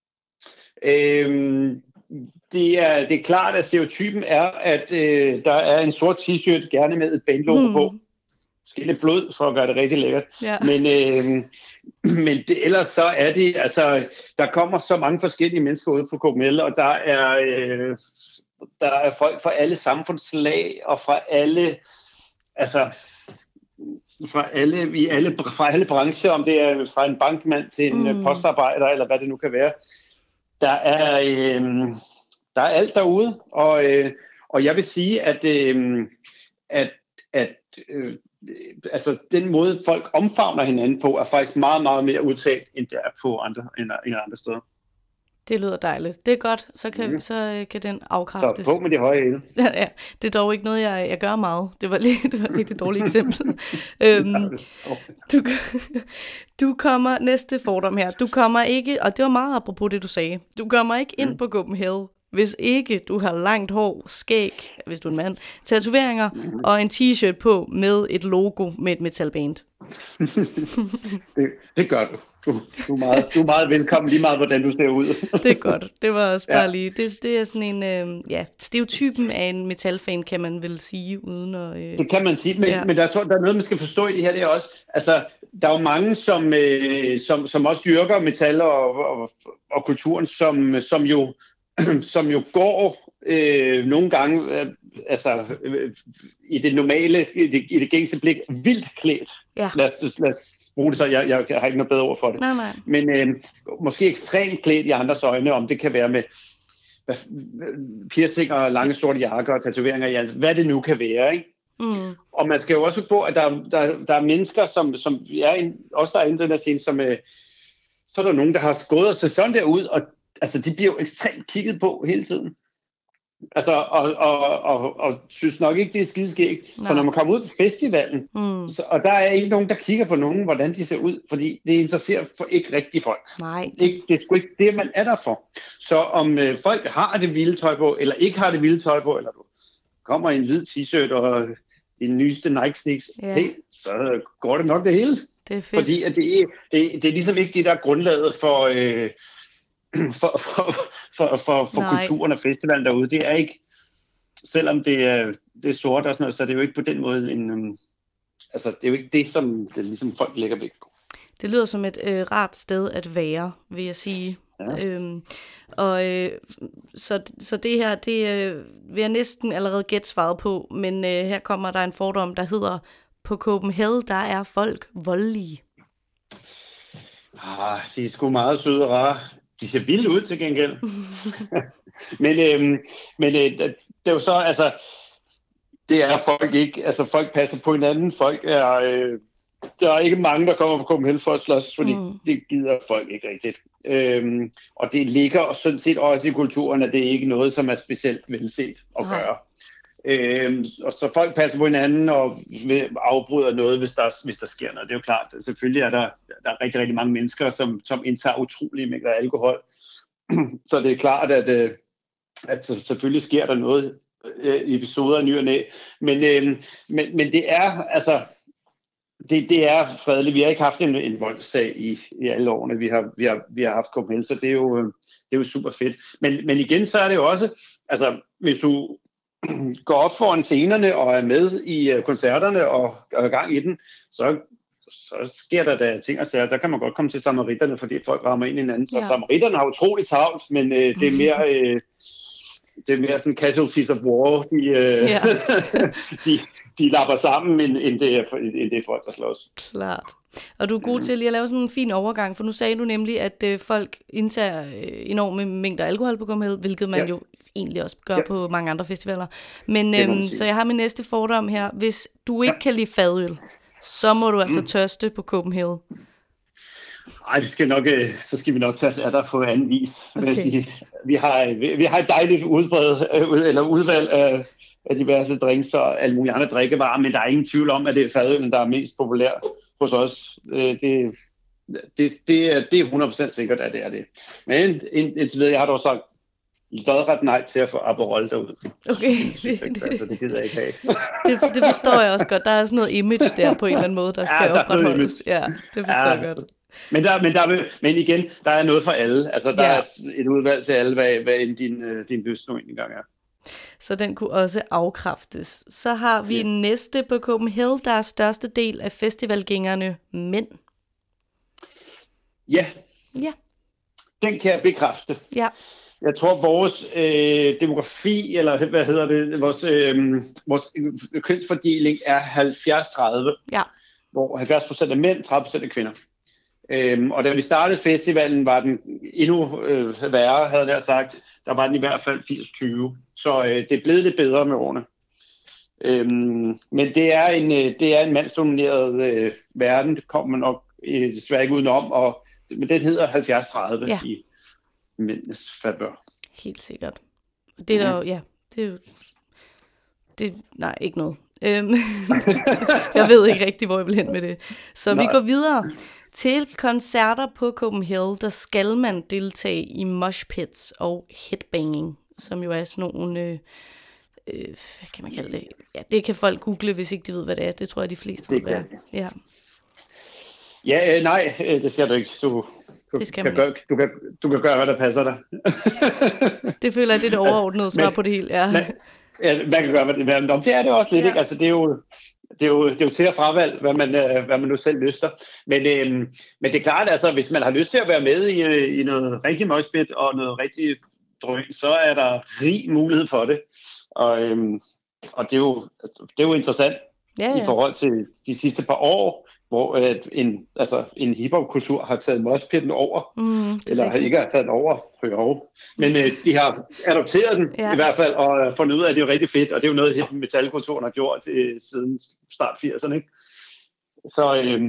Øhm, det, er, det er klart, at stereotypen er, at øh, der er en sort t-shirt, gerne med et bandlogo Hmm. hmm. på. Måske lidt blød, for at gøre det rigtig lækkert. Ja. Men, øh, men det, ellers så er det, altså, der kommer så mange forskellige mennesker ude på K M L, og der er, øh, der er folk fra alle samfundslag, og fra alle, altså, fra alle, i alle, fra alle brancher, om det er fra en bankmand til en Mm. mm. postarbejder, eller hvad det nu kan være. Der er, øh, der er alt derude, og, øh, og jeg vil sige, at, øh, at, at øh, altså, den måde, folk omfavner hinanden på, er faktisk meget, meget mere udtalt, end det er på andre, end, end andre steder. Det lyder dejligt. Det er godt, så kan, Mhm. så øh, kan den Så afkræftes. på med de høje hæle. Ja, ja, det er dog ikke noget, jeg, jeg gør meget. Det var lige det var et rigtig dårligt eksempel. øhm, du, du kommer, næste fordom her, du kommer ikke, og det var meget apropos det, du sagde, du kommer ikke ind på Copenhagen, hvis ikke du har langt hår, skæg, hvis du er en mand, tatoveringer og en t-shirt på med et logo med et metalband. det, det gør du. Du, du, er meget, du er meget velkommen, lige meget hvordan du ser ud. Det er godt. Det var også bare Ja. lige. Det, det er sådan en, øh, ja, stereotypen af en metalfan, kan man vel sige, uden at... Øh, Det kan man sige, men, Ja. ja. men der, tror, der er noget, man skal forstå i det her, det er også, altså, der er jo mange, som, øh, som, som også dyrker metal og, og, og kulturen, som, som, jo, som jo går øh, nogle gange, øh, altså, øh, i det normale, i det, i det gængse blik, vildt klædt. Ja. Lad os, lad os bruge det så, jeg, jeg, jeg har ikke noget bedre ord for det. nej, nej. Men øh, måske ekstremt klædt i andres øjne, om det kan være med hvad, piercinger, lange sorte jakker og tatoveringer, ja, hvad det nu kan være, ikke? Mm. Og man skal jo også huske på, at der, der, der er mennesker, som, som er in, også der er inde i den her scene, som, øh, så er der nogen, der har gået og set sådan der ud, og altså, de bliver jo ekstremt kigget på hele tiden. Altså, og, og, og, og synes nok ikke, det er skideskægt. Så Nej. når man kommer ud på festivalen, Mm. så, og der er ikke nogen, der kigger på nogen, hvordan de ser ud, fordi det interesserer for ikke rigtig folk. Nej. Det, det er sgu ikke det, man er der for. Så om øh, folk har det vilde tøj på, eller ikke har det vilde tøj på, eller du kommer i en hvid t-shirt og de nyeste Nike sneaks, Ja. det, så går det nok det hele. Det er fedt. Fordi at det, er, det, det er ligesom ikke det, der er grundlaget for, øh, for, for, for, for, for Nej. kulturen og festivalen derude. Det er ikke, selvom det er, det er sort og sådan noget, så er det jo ikke på den måde en... Um, altså, det er jo ikke det, som det, ligesom folk lægger vægt på. Det lyder som et øh, rart sted at være, vil jeg sige. Ja. Øhm, og øh, så, så det her, det øh, vil jeg næsten allerede gætte svaret på, men øh, her kommer der en fordom, der hedder, på Copenhagen, der er folk voldelige. Ah, de er sgu meget søde og rare. De ser vilde ud til gengæld. men øhm, men øh, det er jo så, altså, det er folk ikke. Altså, folk passer på hinanden. Folk er, øh, der er ikke mange, der kommer på Copenhagen for at slås, fordi Mm. mm. det gider folk ikke rigtigt. Øhm, og det ligger sådan set også i kulturen, at det ikke er noget, som er specielt velset at Nej. gøre. Øhm, og så folk passer på hinanden og afbryder noget, hvis der, hvis der sker noget. Det er jo klart. Selvfølgelig er der, der er rigtig, rigtig mange mennesker, som, som indtager utrolige mængder af alkohol. Så det er klart, at, øh, at selvfølgelig sker der noget øh, i episoder af ny og næ. Men, øh, men, men det er altså det, det er fredeligt. Vi har ikke haft en, en voldssag i, i alle årene, vi har, vi har, vi har haft Copenhagen, så det er jo, øh, det er jo super fedt. Men, men igen, så er det jo også, altså hvis du går op foran scenerne og er med i uh, koncerterne og er gang i den, så, så sker der da ting og sager. Der kan man godt komme til samaritterne, fordi folk rammer ind i hinanden. Så Ja. samaritterne har utroligt travlt, men uh, det er mere... Uh, det er mere sådan casualties of war, de, uh, Ja. de, de lapper sammen, end, end, det er, end det er folk, der slås. Klart. Og du er god til lige at lave sådan en fin overgang, for nu sagde du nemlig, at øh, folk indtager øh, enorme mængder alkohol på Copenhagen, hvilket man Ja. jo egentlig også gør Ja. på mange andre festivaler. Men Det må man øhm, sige. så jeg har min næste fordom her. Hvis du ikke kan lide fadøl, så må du altså Mm. tørste på Copenhagen. Ej, det skal nok, øh, så skal vi nok tage os af der på anden vis. Okay. Okay. Vi, har, vi, vi har et dejligt udbred, øh, ud- eller udvalg af, af diverse drinks og alle mulige andre drikkevarer, men der er ingen tvivl om, at det er fadølen, der er mest populær hos os. Øh, det, det, det, er, det er hundrede procent sikkert, at det er det. Men ind, indtil videre, jeg har dog sagt lodret nej til at få Aperol derude. Okay, Altså, det gider jeg ikke have. det, det forstår jeg også godt. Der er sådan noget image der på en eller anden måde, der skal Ja, der er noget opretholdes. Ja, det forstår Ja. jeg godt. Men, der, men, der, er- men igen, der er noget for alle. Altså, der Ja. er et udvalg til alle, hvad, hvad end din, øh, din lyst nu engang er. Så den kunne også afkræftes. Så har vi Ja. en næste på Copenhagen, der er største del af festivalgængerne mænd. Ja, Ja, den kan jeg bekræfte. ja, Jeg tror, vores øh, demografi, eller hvad hedder det, vores, øh, vores kønsfordeling er halvfjerds tredive, ja. hvor halvfjerds procent er mænd, tredive procent er kvinder. Øhm, og da vi startede festivalen, var den endnu øh, værre, havde jeg sagt. Der var den i hvert fald firs tyve. Så øh, det er blevet lidt bedre med årene. Øhm, men det er en, øh, det er en mandsdomineret øh, verden. Det kommer man nok øh, desværre ikke udenom. Og, men den hedder halvfjerds tredive Ja. i mændenes favør. Helt sikkert. Og det er der jo, ja, det er jo, det, nej, ikke noget. Øhm, jeg ved ikke rigtig, hvor jeg vil hen med det. Så Nej. vi går videre. Til koncerter på Copenhagen, der skal man deltage i mosh pits og headbanging, som jo er sådan nogle, øh, øh, hvad kan man kalde det? Ja, det kan folk google, hvis ikke de ved, hvad det er. Det tror jeg, de fleste Det ved, hvad kan er. Ja. Ja, øh, nej, øh, det skal du ikke. Du, du, Det skal kan man gøre, du, kan, du kan gøre, hvad der passer dig. Det føler jeg, det er det overordnede svar Men- på det hele. Ja. Men, ja, man kan gøre, hvad det er. Det er det også lidt, Ja. ikke? Altså, det er jo... Det er, jo, det er jo til at fravalg, hvad man, øh, hvad man nu selv lyster. Men, øh, men det er klart, altså, hvis man har lyst til at være med i, øh, i noget rigtig moshpit og noget rigtig drøn, så er der rig mulighed for det. Og, øh, og det, er jo, det er jo interessant Ja, ja. i ja. forhold til de sidste par år, hvor øh, en, altså, en hiphop-kultur har taget moshpitten over, Mm, det er eller har rigtigt. ikke har taget den over, høj over. Men øh, de har adopteret den Ja. ja. i hvert fald, og øh, fundet ud af, at det er jo rigtig fedt, og det er jo noget, heavy metal-kulturen har gjort øh, siden start firserne, ikke? Så, øh,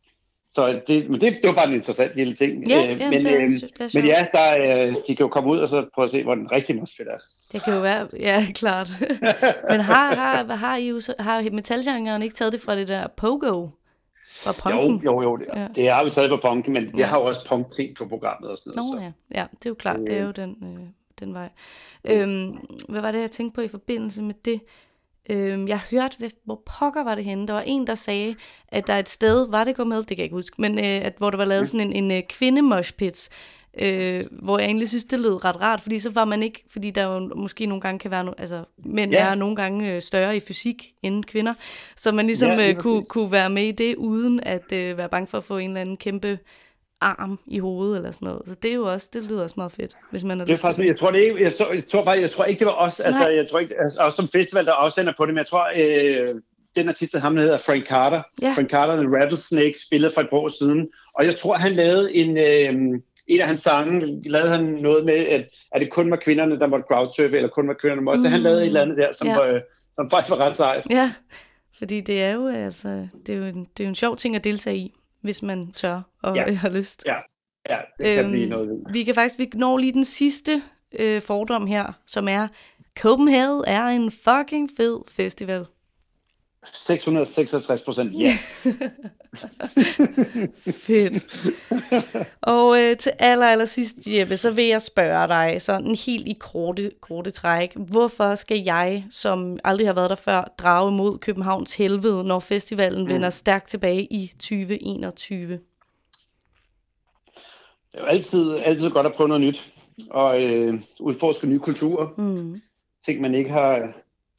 så det, men det, det var bare en interessant lille ting. Ja, Øh, ja, men, det er, øh, det er sjovt. men ja, der, øh, de kan jo komme ud og så prøve at se, hvor den rigtige moshpit er. Det kan jo være, ja, klart. Men har, har, har, I jo, så- har metalgenren ikke taget det fra det der pogo? Fra punken? Jo, jo, jo, det, Ja. ja. det har vi taget på punken, men Ja. jeg har jo også punk-ting på programmet og sådan noget. Nå så. ja. ja, det er jo klart, det er jo den, øh, den vej. Øhm, hvad var det, jeg tænkte på i forbindelse med det? Øhm, jeg hørte, ved- hvor pokker var det henne? Der var en, der sagde, at der er et sted, var det Copenhagen, det kan jeg ikke huske, men øh, at, hvor der var lavet sådan en, en øh, kvinde-moshpits, øh, hvor jeg egentlig synes, det lød ret rart, fordi så var man ikke, fordi der jo måske nogle gange kan være, no, altså mænd Ja. er nogle gange øh, større i fysik end kvinder, så man ligesom Ja, lige øh, kunne, præcis. kunne være med i det, uden at øh, være bange for at få en eller anden kæmpe arm i hovedet eller sådan noget. Så det er jo også, det lyder også meget fedt, hvis man har Det er lyst til faktisk, jeg tror det ikke, jeg tror, jeg tror faktisk, jeg tror ikke det var os, altså Nej. jeg tror ikke, altså, også som festival der afsender på det, men jeg tror øh, den artist, ham der hedder Frank Carter, Ja. Frank Carter The Rattlesnake, spillede for et par år siden, og jeg tror han lavede en, øh, en af hans sange, lavede han noget med, at, at det kun var kvinderne, der måtte crowdsurfe, eller kun var kvinderne, der måtte, Mm. mm. han lavede et eller andet der, som, Ja. øh, som faktisk var ret sejt. Ja, fordi det er jo altså, det er jo en, det er jo en sjov ting at deltage i, hvis man tør og Ja. ja. har lyst. Ja, ja det kan Øhm, blive noget ved. Vi kan faktisk, vi når lige den sidste øh, fordom her, som er, Copenhagen er en fucking fed festival. seks hundrede og seksogtres procent, ja. Fedt. Og øh, til aller, aller sidst, Jeppe, så vil jeg spørge dig, sådan helt i korte, korte træk, hvorfor skal jeg, som aldrig har været der før, drage mod Københavns helvede, når festivalen mm. vender stærkt tilbage i tyve enogtyve? Det er jo altid, altid godt at prøve noget nyt, og øh, udforske nye kulturer. Mm. Ting, man ikke har,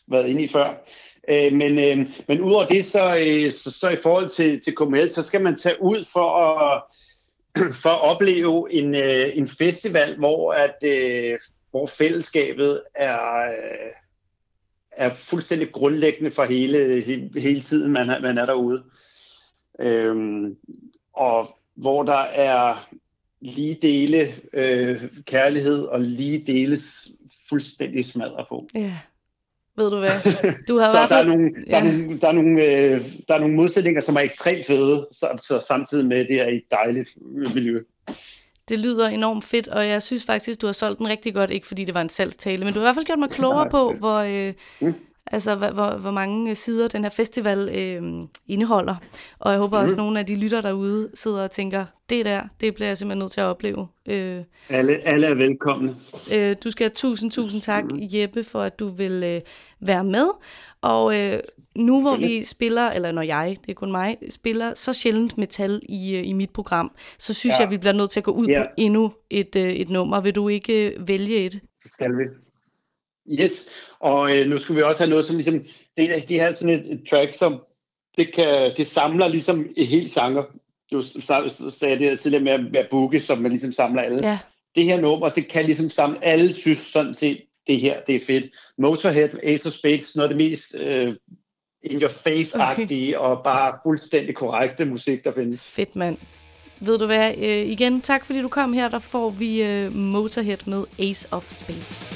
været inde i før. Øh, men, øh, men udover det, så, øh, så, så i forhold til, til K M L, så skal man tage ud for at, for at opleve en, øh, en festival, hvor, at, øh, hvor fællesskabet er, øh, er fuldstændig grundlæggende for hele, hele, hele tiden, man er, man er derude. Øh, og hvor der er lige dele øh, kærlighed og lige deles fuldstændig smadret på. Ja. Ved du hvad? Du har så i hvert fald... der er nogle, der ja. er nogle, der er nogle, øh, der er nogle modsætninger, som er ekstremt fede, så, så samtidig med, at det er et dejligt miljø. Det lyder enormt fedt, og jeg synes faktisk, du har solgt den rigtig godt, ikke fordi det var en salgstale, men du har i hvert fald gjort mig klogere på, hvor, øh, mm. altså, hvor, hvor, hvor mange sider den her festival øh, indeholder. Og jeg håber mm. også, at nogle af de lytter derude sidder og tænker, det der, det bliver jeg simpelthen nødt til at opleve. Øh, alle, alle er velkomne. Øh, du skal have tusind, tusind tak, Jeppe, for at du vil øh, være med. Og øh, nu hvor vi spiller, eller når jeg, det er kun mig, spiller så sjældent metal i, øh, i mit program, så synes ja. jeg, vi bliver nødt til at gå ud ja. på endnu et, øh, et nummer. Vil du ikke øh, vælge et? Så skal vi. Yes, og øh, nu skal vi også have noget som ligesom, det, det er sådan et, et track, som det, kan, det samler ligesom et helt genre. Du sagde det tidligere med at, med at booke, som man ligesom samler alle. Ja. Det her nummer, det kan ligesom samle alle, synes sådan set, det her, det er fedt. Motorhead, Ace of Spades, noget af det mest uh, in your face-agtige okay. og bare fuldstændig korrekte musik, der findes. Fedt, mand. Ved du hvad, øh, igen, tak fordi du kom her, der får vi øh, Motorhead med Ace of Spades.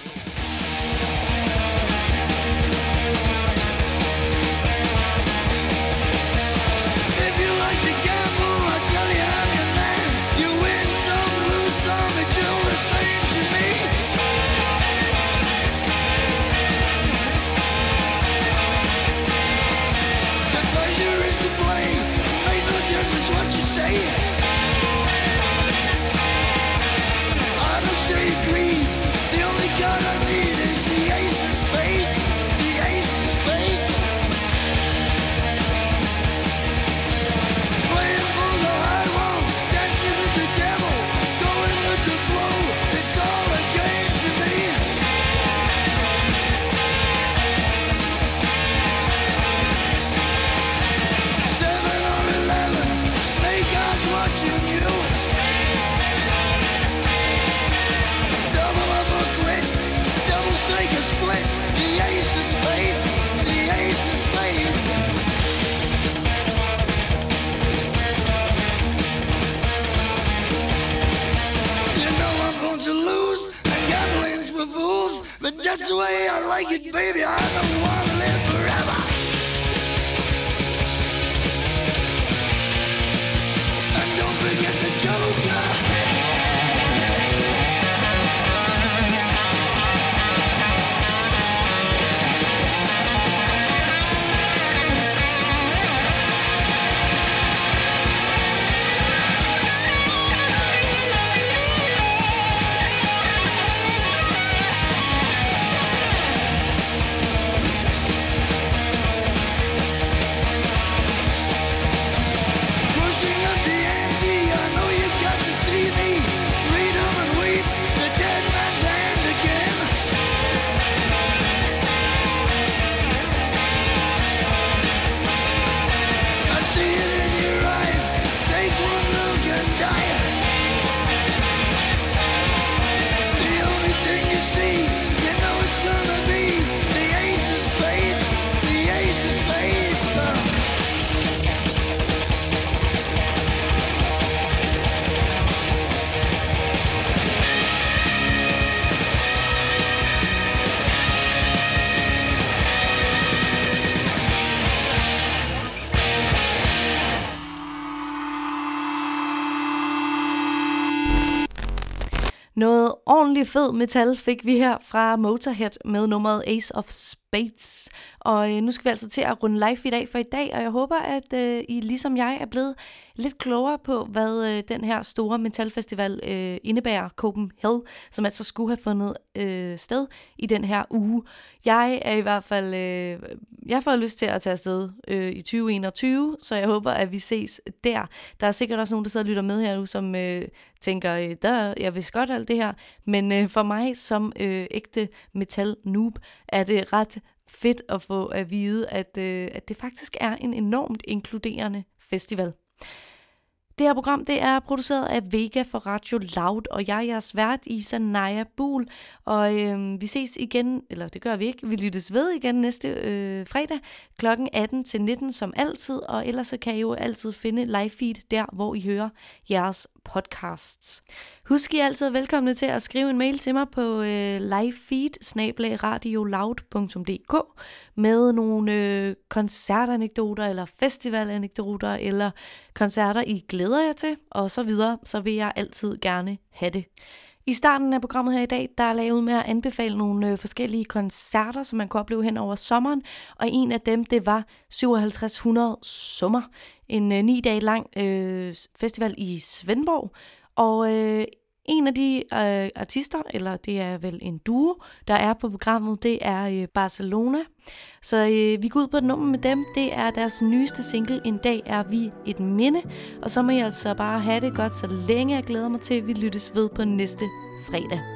But that's the way I like it, baby. I don't want to live forever. And don't forget the Joker. Noget ordentligt fed metal fik vi her fra Motorhead med nummeret Ace of Spades. Og øh, nu skal vi altså til at runde live i dag for i dag, og jeg håber, at øh, I ligesom jeg er blevet lidt klogere på, hvad øh, den her store metalfestival øh, indebærer, Copenhagen, som altså skulle have fundet øh, sted i den her uge. Jeg er i hvert fald, øh, jeg får lyst til at tage afsted øh, i tyve enogtyve, så jeg håber, at vi ses der. Der er sikkert også nogen, der sidder og lytter med her nu, som øh, tænker, øh, der, jeg vidste godt alt det her, men øh, for mig som øh, ægte metal-noob, er det ret fedt at få at vide, at, øh, at det faktisk er en enormt inkluderende festival. Det her program, det er produceret af Vega for Radio Loud, og jeg er jeres vært, Isa Naja Buhl. Og øh, vi ses igen, eller det gør vi ikke, vi lyttes ved igen næste øh, fredag klokken atten til nitten som altid. Og ellers så kan I jo altid finde live feed der, hvor I hører jeres podcasts. Husk I altid velkomne til at skrive en mail til mig på øh, livefeed snabel-a radioloud punktum d k med nogle øh, koncertanekdoter eller festivalanekdoter eller koncerter I glæder jer til og så videre, så vil jeg altid gerne have det. I starten af programmet her i dag, der er jeg ud med at anbefale nogle øh, forskellige koncerter, som man kunne opleve hen over sommeren, og en af dem, det var syvoghalvtreds hundrede Sommer, en øh, ni dage lang øh, festival i Svendborg, og øh, en af de øh, artister, eller det er vel en duo, der er på programmet, det er øh, Barcelona. Så øh, vi går ud på et nummer med dem. Det er deres nyeste single, En dag er vi et minde. Og så må I altså bare have det godt, så længe jeg glæder mig til, at vi lyttes ved på næste fredag.